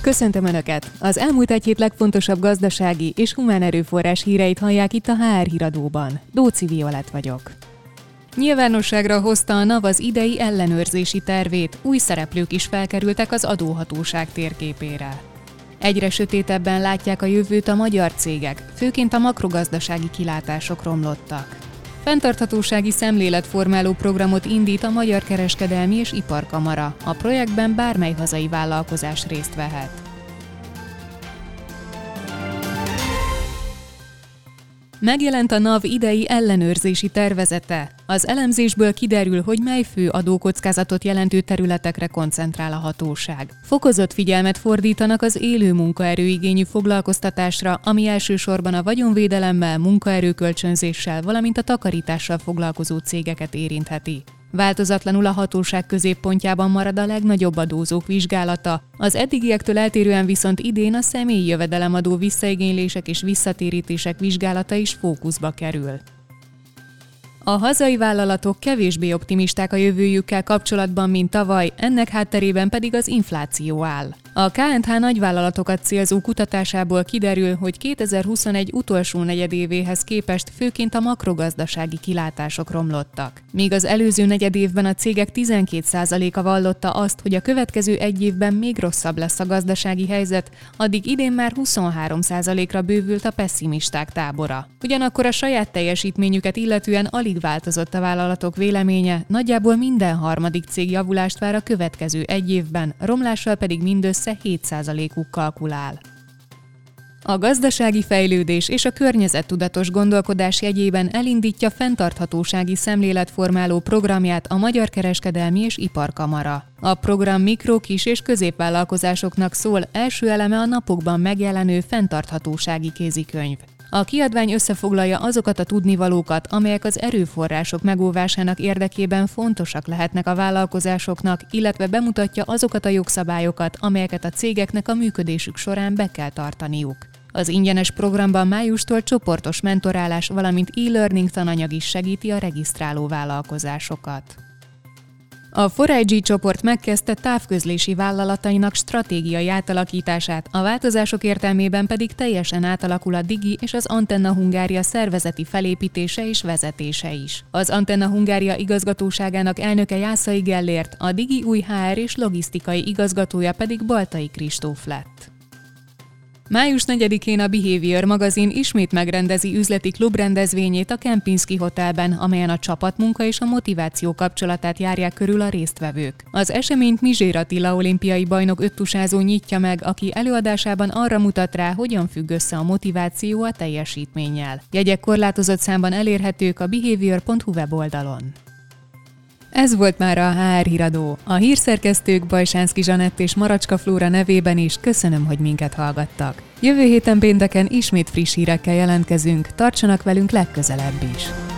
Köszöntöm Önöket! Az elmúlt egy hét legfontosabb gazdasági és humán erőforrás híreit hallják itt a HR Híradóban. Dóczy Violett vagyok. Nyilvánosságra hozta a NAV az idei ellenőrzési tervét, új szereplők is felkerültek az adóhatóság térképére. Egyre sötétebben látják a jövőt a magyar cégek, főként a makrogazdasági kilátások romlottak. Fenntarthatósági szemléletformáló programot indít a Magyar Kereskedelmi és Iparkamara. A projektben bármely hazai vállalkozás részt vehet. Megjelent a NAV idei ellenőrzési tervezete. Az elemzésből kiderül, hogy mely fő adókockázatot jelentő területekre koncentrál a hatóság. Fokozott figyelmet fordítanak az élő munkaerőigényű foglalkoztatásra, ami elsősorban a vagyonvédelemmel, munkaerőkölcsönzéssel, valamint a takarítással foglalkozó cégeket érintheti. Változatlanul a hatóság középpontjában marad a legnagyobb adózók vizsgálata, az eddigiektől eltérően viszont idén a személyi jövedelemadó visszaigénylések és visszatérítések vizsgálata is fókuszba kerül. A hazai vállalatok kevésbé optimisták a jövőjükkel kapcsolatban, mint tavaly, ennek hátterében pedig az infláció áll. A KNH nagyvállalatokat célzó kutatásából kiderül, hogy 2021 utolsó negyedévéhez képest főként a makrogazdasági kilátások romlottak. Míg az előző negyedévben a cégek 12%-a vallotta azt, hogy a következő egy évben még rosszabb lesz a gazdasági helyzet, addig idén már 23%-ra bővült a pesszimisták tábora. Ugyanakkor a saját teljesítményüket illetően alig változott a vállalatok véleménye, nagyjából minden harmadik cég javulást vár a következő egy évben, romlással pedig mindössze 7%-uk kalkulál. A gazdasági fejlődés és a környezettudatos gondolkodás jegyében elindítja fenntarthatósági szemléletformáló programját a Magyar Kereskedelmi és Iparkamara. A program mikro-, kis- és középvállalkozásoknak szól, első eleme a napokban megjelenő fenntarthatósági kézikönyv. A kiadvány összefoglalja azokat a tudnivalókat, amelyek az erőforrások megóvásának érdekében fontosak lehetnek a vállalkozásoknak, illetve bemutatja azokat a jogszabályokat, amelyeket a cégeknek a működésük során be kell tartaniuk. Az ingyenes programban májustól csoportos mentorálás, valamint e-learning tananyag is segíti a regisztráló vállalkozásokat. A 4IG csoport megkezdte távközlési vállalatainak stratégiai átalakítását, a változások értelmében pedig teljesen átalakul a Digi és az Antenna Hungária szervezeti felépítése és vezetése is. Az Antenna Hungária igazgatóságának elnöke Jászai Gellért, a Digi új HR és logisztikai igazgatója pedig Baltai Kristóf lett. Május 4-én a Behavior magazin ismét megrendezi üzleti klubrendezvényét a Kempinski Hotelben, amelyen a csapatmunka és a motiváció kapcsolatát járják körül a résztvevők. Az eseményt Mizsér Attila olimpiai bajnok öttusázó nyitja meg, aki előadásában arra mutat rá, hogyan függ össze a motiváció a teljesítménnyel. Jegyek korlátozott számban elérhetők a behavior.hu weboldalon. Ez volt már a HR Híradó. A hírszerkesztők Bajsánszky Zsanett és Maracska Flóra nevében is köszönöm, hogy minket hallgattak. Jövő héten pénteken ismét friss hírekkel jelentkezünk, tartsanak velünk legközelebb is!